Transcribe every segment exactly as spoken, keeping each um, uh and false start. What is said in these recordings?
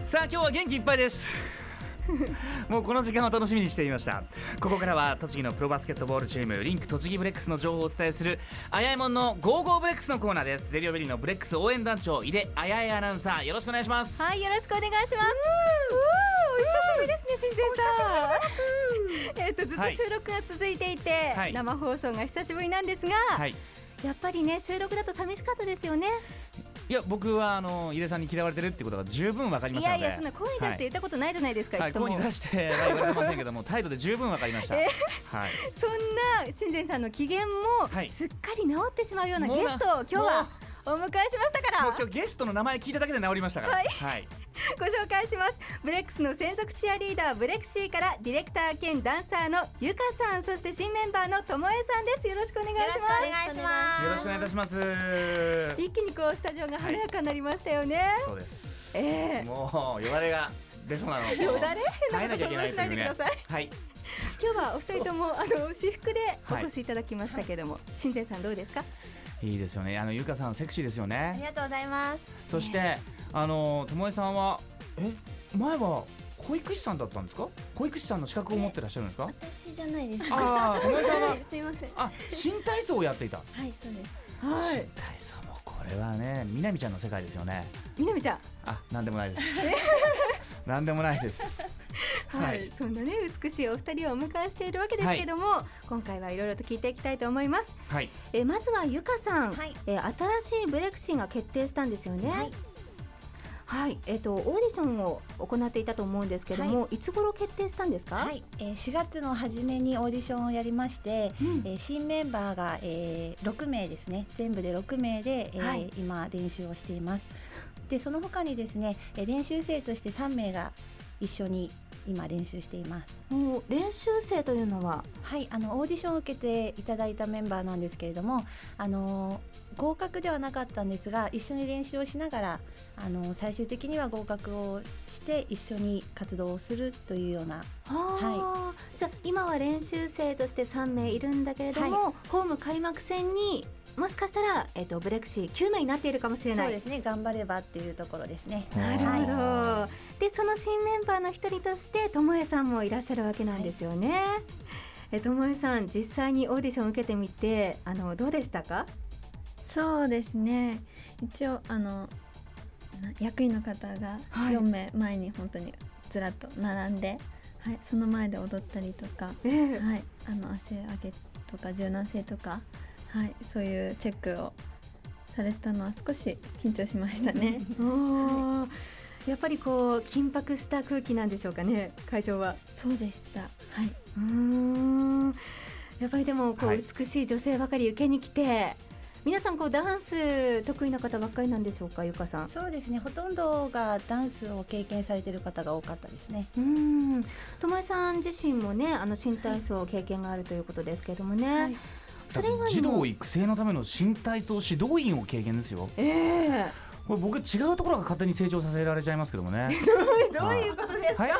さあ今日は元気いっぱいですもうこの時間を楽しみにしていました。ここからは栃木のプロバスケットボールチームリンク栃木ブレックスの情報をお伝えするあやえもんのゴーゴーブレックスのコーナーです。レディオベリーのブレックス応援団長井出あやえアナウンサー、よろしくお願いします。 はい、よろしくお願いします。お久しぶりですね、しんぜんさん。えっとずっと収録が続いていて、はい、生放送が久しぶりなんですが、はい、やっぱりね収録だと寂しかったですよね。 いや僕はあの井出さんに嫌われてるってことが十分分かりましたので。 いやいや、そんな声に出して言ったことないじゃないですか、 はい、 一度も。 声に出しては言われてませんけども態度で十分分かりました、 えーはい、 そんなしんぜんさんの機嫌もすっかり治ってしまうようなゲストを今日はお迎えしましたから。 もう今日ゲストの名前聞いただけで治りましたから、 はいはい、 ご紹介します。ブレックスの専属チアリーダーブレクシーからディレクター兼ダンサーのゆかさん、そして新メンバーのともえさんです。よろしくお願いします。 よろしくお願いします。 よろしくお願いいたします。 一気にこうスタジオが華やかになりましたよね、はい、 そうです、 えー、 もうよだれが出そうなのよだれ変えなきゃいけないというね。はい、 今日はお二人ともあの私服でお越しいただきましたけども、はい、しんぜんさんどうですか？ いいですよね。あのゆかさんセクシーですよね。 ありがとうございます。 そして、ね、あのともえさんはえ前は保育士さんだったんですか？保育士さんの資格を持ってらっしゃるんですか？ 私じゃないです。 ああ、ともえさんはすいません。 あ、新体操をやっていた。 はいそうです。 はい、 新体操もこれはねみなみちゃんの世界ですよね。 みなみちゃん、 あ、なんでもないですなんでもないですはい、はい、そんなね美しいお二人をお迎えしているわけですけども、はい、今回はいろいろと聞いていきたいと思います、はい、えまずはゆかさん、はい、え新しいブレクシーが決定したんですよね。はい、はい、えーと、オーディションを行っていたと思うんですけども、はい、いつ頃決定したんですか？ はい、えー、しがつの初めにオーディションをやりまして、うん、えー、新メンバーが、えー、ろくめいですね。全部でろくめいで、えーはい、今練習をしています。でその他にですね、練習生としてさんめいが一緒に今練習しています。 もう練習生というのは、 はい、あのオーディションを受けていただいたメンバーなんですけれども、あの合格ではなかったんですが一緒に練習をしながらあの最終的には合格をして一緒に活動をするというような。 はい、じゃあ今は練習生としてさんめいいるんだけれども、はい、ホーム開幕戦にもしかしたら、えーと、ブレクシーきゅうめいになっているかもしれない。 そうですね、頑張ればっていうところですね。 なるほど、はい、でその新メンバーの一人としてともえさんもいらっしゃるわけなんですよね。はい、えともえさん実際にオーディションを受けてみてあのどうでしたか？ そうですね、一応あの役員の方がよんめいまえに本当にずらっと並んで、はい、その前で踊ったりとか、えーはい、あの足上げとか柔軟性とか、はい、そういうチェックをされたのは少し緊張しましたねはい、やっぱりこう緊迫した空気なんでしょうかね、会場は。 そうでした、はい、 うーん、やっぱりでもこう、はい、美しい女性ばかり受けに来て、皆さんこうダンス得意な方ばっかりなんでしょうか？ゆかさん。 そうですね、ほとんどがダンスを経験されている方が多かったですね。 うーん、ともえさん自身もねあの新体操経験があるということですけれどもね、はい、 それ以外にも児童育成のための新体操指導員を経験ですよ。えー、これ僕違うところが勝手に成長させられちゃいますけどもねどういうことですか？はい、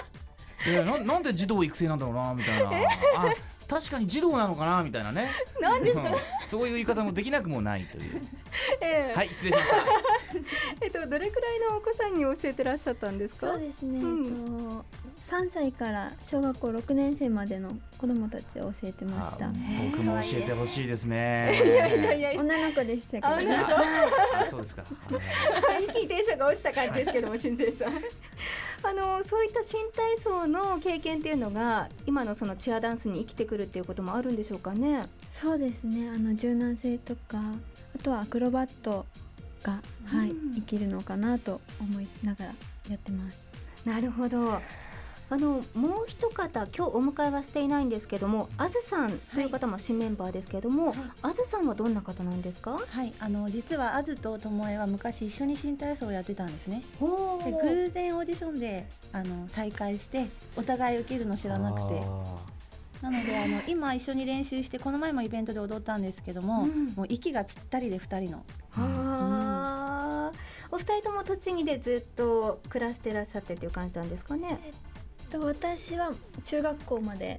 いや な, なんで児童育成なんだろうなみたいなあ確かに児童なのかなみたいなね。 なんですかそういう言い方もできなくもないという、 えー、 はい、失礼しましたえっとどれくらいのお子さんに教えてらっしゃったんですか？ そうですね、 うん、 えっとさんさいから小学校ろくねんせいまでの子どもたちを教えてました。 僕も教えてほしいですね。 いやいやいや女の子でしたけど、 あ、 ね、 あそうですか一気にテンションが落ちた感じですけども、新生さんあのそういった新体操の経験っていうのが今のそのチアダンスに生きてくるっていうこともあるんでしょうかね？ そうですね、あの柔軟性とかあとはアクロバットが、はい、生きるのかなと思いながらやってます。 なるほど。あのもう一方今日お迎えはしていないんですけども、あずさんという方も新メンバーですけども、はい、あずさんはどんな方なんですか？ はい、あの実はあずとともえは昔一緒に新体操をやってたんですね。で偶然オーディションであの再会してお互い受けるの知らなくて、なのであの今一緒に練習してこの前もイベントで踊ったんですけども、うん、もう息がぴったりでふたりの、 は、うん、お二人とも栃木でずっと暮らしてらっしゃってっていう感じなんですかね？ 私は中学校まで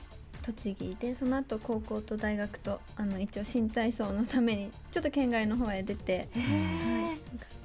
栃木で、その後高校と大学とあの一応新体操のためにちょっと県外の方へ出て、はい、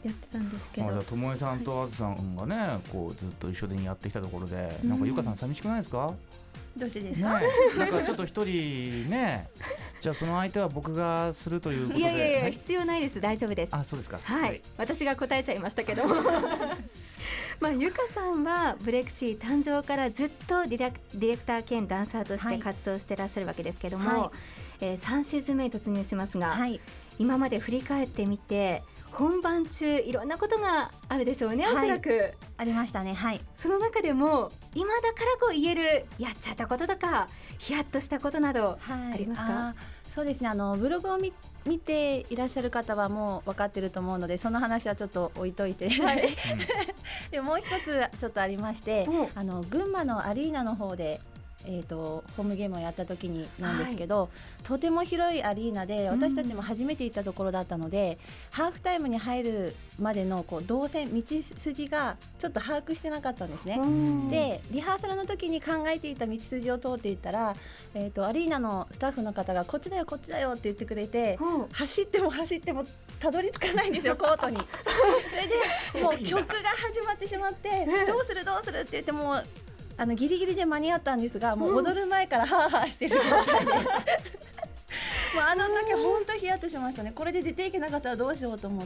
やってたんですけど、 ともえさんとあずさんがね、はい、こうずっと一緒にやってきたところで、なんかゆかさん寂しくないですか？ どうしてですか？ ね、なんかちょっと一人ねじゃあその相手は僕がするということで。 いやいやいや、 はい、 必要ないです、大丈夫です。 あ、そうですか。 はい、はい、私が答えちゃいましたけどまあ、ゆかさんはブレクシー誕生からずっとディレク、ディレクター兼ダンサーとして活動してらっしゃるわけですけども、はい、えー、さんシーズン目に突入しますが、はい、今まで振り返ってみて本番中いろんなことがあるでしょうね、はい、おそらくありましたね。はい、 その中でも今だからこう言えるやっちゃったこととかヒヤッとしたことなどありますか？ はい、あ、そうですね、あのブログを 見, 見ていらっしゃる方はもう分かってると思うので、その話はちょっと置いといて、はい、でもう一つちょっとありまして、あの群馬のアリーナの方でえー、とホームゲームをやった時になんですけど、はい、とても広いアリーナで私たちも初めて行ったところだったので、うん、ハーフタイムに入るまでのこう動線道筋がちょっと把握してなかったんですね。でリハーサルの時に考えていた道筋を通っていったら、えー、とアリーナのスタッフの方がこっちだよこっちだよって言ってくれて、うん、走っても走ってもたどり着かないんですよコートに。それでもう曲が始まってしまってどうするどうするって言ってもうあのギリギリで間に合ったんですが、もう踊る前からハーハーしてる状態で、うん、もうあの時本当ヒヤッとしましたね。これで出ていけなかったらどうしようと思って。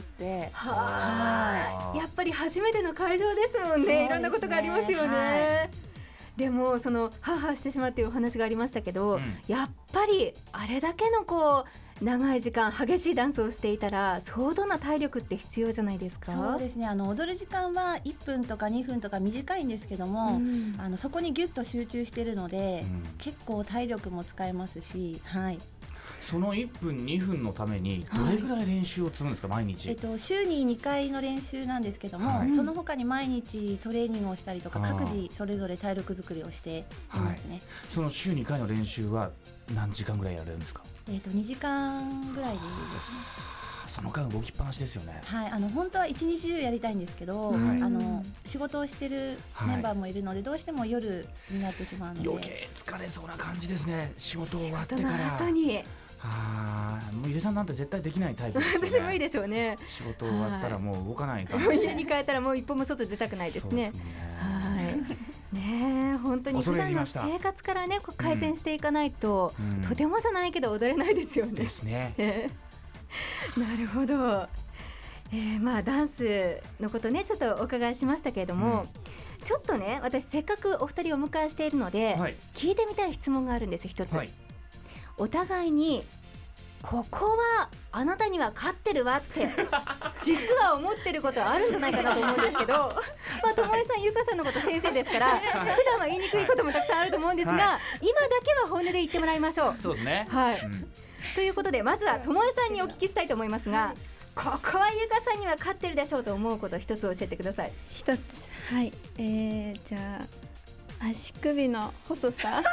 はーい、やっぱり初めての会場ですもんね。いろんなことがありますよね。はい、でもそのハーハーしてしまうっていうお話がありましたけど、うん、やっぱりあれだけのこう長い時間激しいダンスをしていたら相当な体力って必要じゃないですか？ そうですね、あの踊る時間はいっぷんとかにふんとか短いんですけども、うん、あのそこにギュッと集中しているので、うん、結構体力も使えますし、はい、 そのいっぷんにふんのためにどれぐらい練習を積むんですか？はい、毎日、 えっと、週ににかいの練習なんですけども、はい、その他に毎日トレーニングをしたりとか各自それぞれ体力作りをしていますね。はい、 その週にかいの練習は何時間ぐらいやれるんですか？ えー、とにじかんぐらいでいいですね。 その間動きっぱなしですよね。 はい、あの本当は一日中やりたいんですけど、はい、あの仕事をしてるメンバーもいるので、はい、どうしても夜になってしまうので余計疲れそうな感じですね。仕事終わってから仕事の後にあもう井出さんなんて絶対できないタイプですよね。 私無理でしょうね。 仕事終わったらもう動かないから、 はい、家に帰ったらもう一歩も外出たくないですね。 そうですね。 はいね、本当に普段の生活からね改善していかないと、うん、とてもじゃないけど踊れないですよね。 ですね。 なるほど。えー、まあダンスのことねちょっとお伺いしましたけれども、うん、ちょっとね私せっかくお二人をお迎えしているので、はい、聞いてみたい質問があるんです。一つ、はい、お互いにここはあなたには勝ってるわって実は思ってることはあるんじゃないかなと思うんですけどまあともえさんゆかさんのこと先生ですから、はい、普段は言いにくいこともたくさんあると思うんですが、はい、今だけは本音で言ってもらいましょう。 そうですね。 はい、 うん、 ということでまずはともえさんにお聞きしたいと思いますが、ここはゆかさんには勝ってるでしょうと思うことを一つ教えてください。 一つ、はい、えー、じゃあ足首の細さ足首の細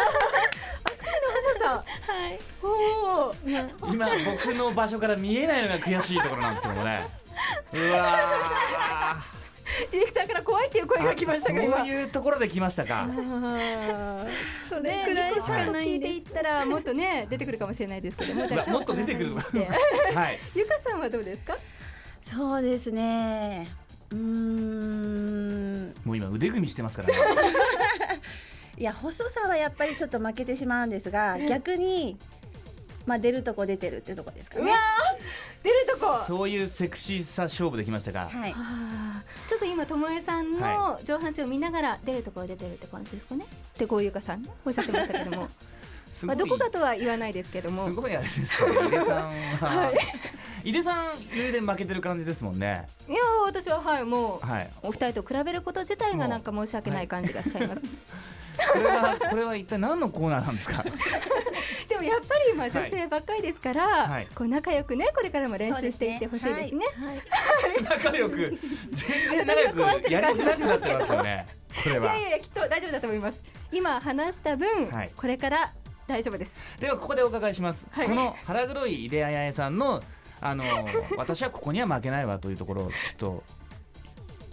さはいおー今僕の場所から見えないのが悔しいところなんですけどもねうわディレクターから怖いっていう声が来ましたが今そういうところで来ましたか。 それくらいしかないんです。 聞いていったらもっとね出てくるかもしれないですけども、じゃあもっと出てくるはい、 ゆかさんはどうですか？ そうですね、うーんもう今腕組みしてますからねいや細さはやっぱりちょっと負けてしまうんですが、逆にまあ出るとこ出てるってとこですかね。 出るとこそういうセクシーさ勝負できましたか。 はい、 ちょっと今ともえさんの上半身を見ながら出るところ出てるって感じですかねってこうゆかさんおっしゃってましたけどもまあどこかとは言わないですけどもすごいあれですよね井出さんは、はい、井出さん有で負けてる感じですもんね。 いや私ははいもう、はい、お二人と比べること自体がなんか申し訳ない感じがしちゃいます、 はい、これはこれは一体何のコーナーなんですかでもやっぱり今女性ばっかりですから、はい、こう仲良くねこれからも練習していってほしいですね。 仲良く全然仲良くやりづらくなってますよねこれは。 いやいやきっと大丈夫だと思います。今話した分、はい、これから大丈夫です。 ではここでお伺いします、はい、この腹黒い井出彩さんのあの私はここには負けないわというところをちょっと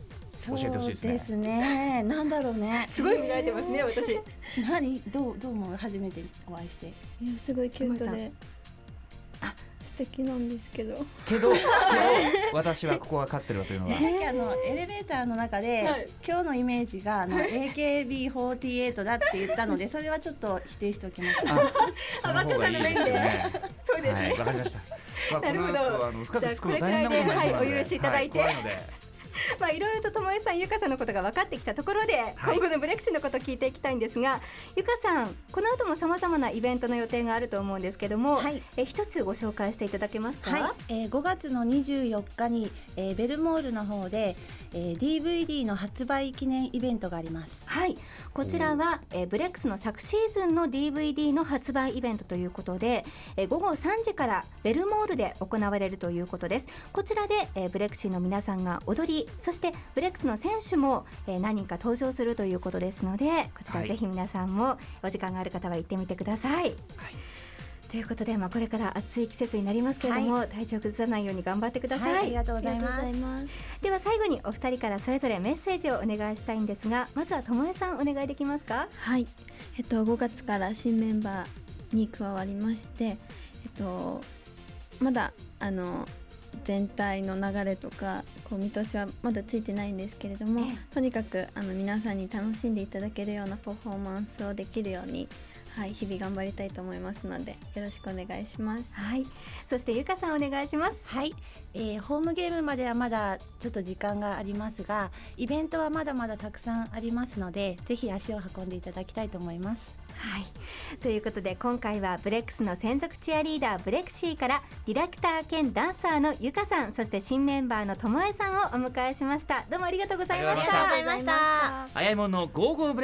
教えてほしいですね。 そうですね。なんだろうね。 すごい見られてますね、私。 何どうどうも初めてお会いして。 いやすごいキュートで、あ素敵なんですけど。 けどけど私はここは勝ってるわというのは。 さっきあのエレベーターの中で、はい、今日のイメージがあの エーケービーフォーティーエイト だって言ったので、それはちょっと否定しておきました。 あ、その方がいいですよね。 そうですね。 はい、わかりました。まあ、 なるほど。 この後あの深く突っ込むじゃあこれくらいで、はい、お許しいただいて。 はい、怖いのでまあいろいろとともえさん、ゆかさんのことが分かってきたところで、はい、今後のブレクシーのことを聞いていきたいんですが、ゆかさん、この後もさまざまなイベントの予定があると思うんですけども、はい、え一つご紹介していただけますか。 はい、えー、ごがつのにじゅうよっかに、えー、ベルモールの方で、えー、ディーブイディー の発売記念イベントがあります。 はい、こちらは、えー、ブレックスの昨シーズンの ディーブイディー の発売イベントということで、えー、ごごさんじからベルモールで行われるということです。こちらで、えー、ブレクシーの皆さんが踊り、そしてブレックスの選手も、えー、何人か登場するということですので、こちらぜひ皆さんもお時間がある方は行ってみてください。はい、ということで、まあ、これから暑い季節になりますけれども、はい、体調崩さないように頑張ってください。はい、 ありがとうございます。 では最後にお二人からそれぞれメッセージをお願いしたいんですが、まずはともえさんお願いできますか。 はい、えっと、ごがつから新メンバーに加わりまして、えっと、まだあの全体の流れとかこう見通しはまだついてないんですけれども、ええ、とにかくあの皆さんに楽しんでいただけるようなパフォーマンスをできるように、はい、日々頑張りたいと思いますのでよろしくお願いします。 はい、そしてゆかさんお願いします。 はい、えー、ホームゲームまではまだちょっと時間がありますが、イベントはまだまだたくさんありますので、ぜひ足を運んでいただきたいと思います。 はい、ということで今回はブレックスの専属チアリーダーブレクシーからディレクター兼ダンサーのゆかさん、そして新メンバーのともえさんをお迎えしました。どうもありがとうございました。 ありがとうございました。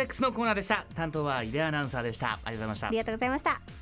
早いもんのゴーゴーブレックスのコーナーでした。担当は井出アナウンサーでした。ありがとうございました。 ありがとうございました。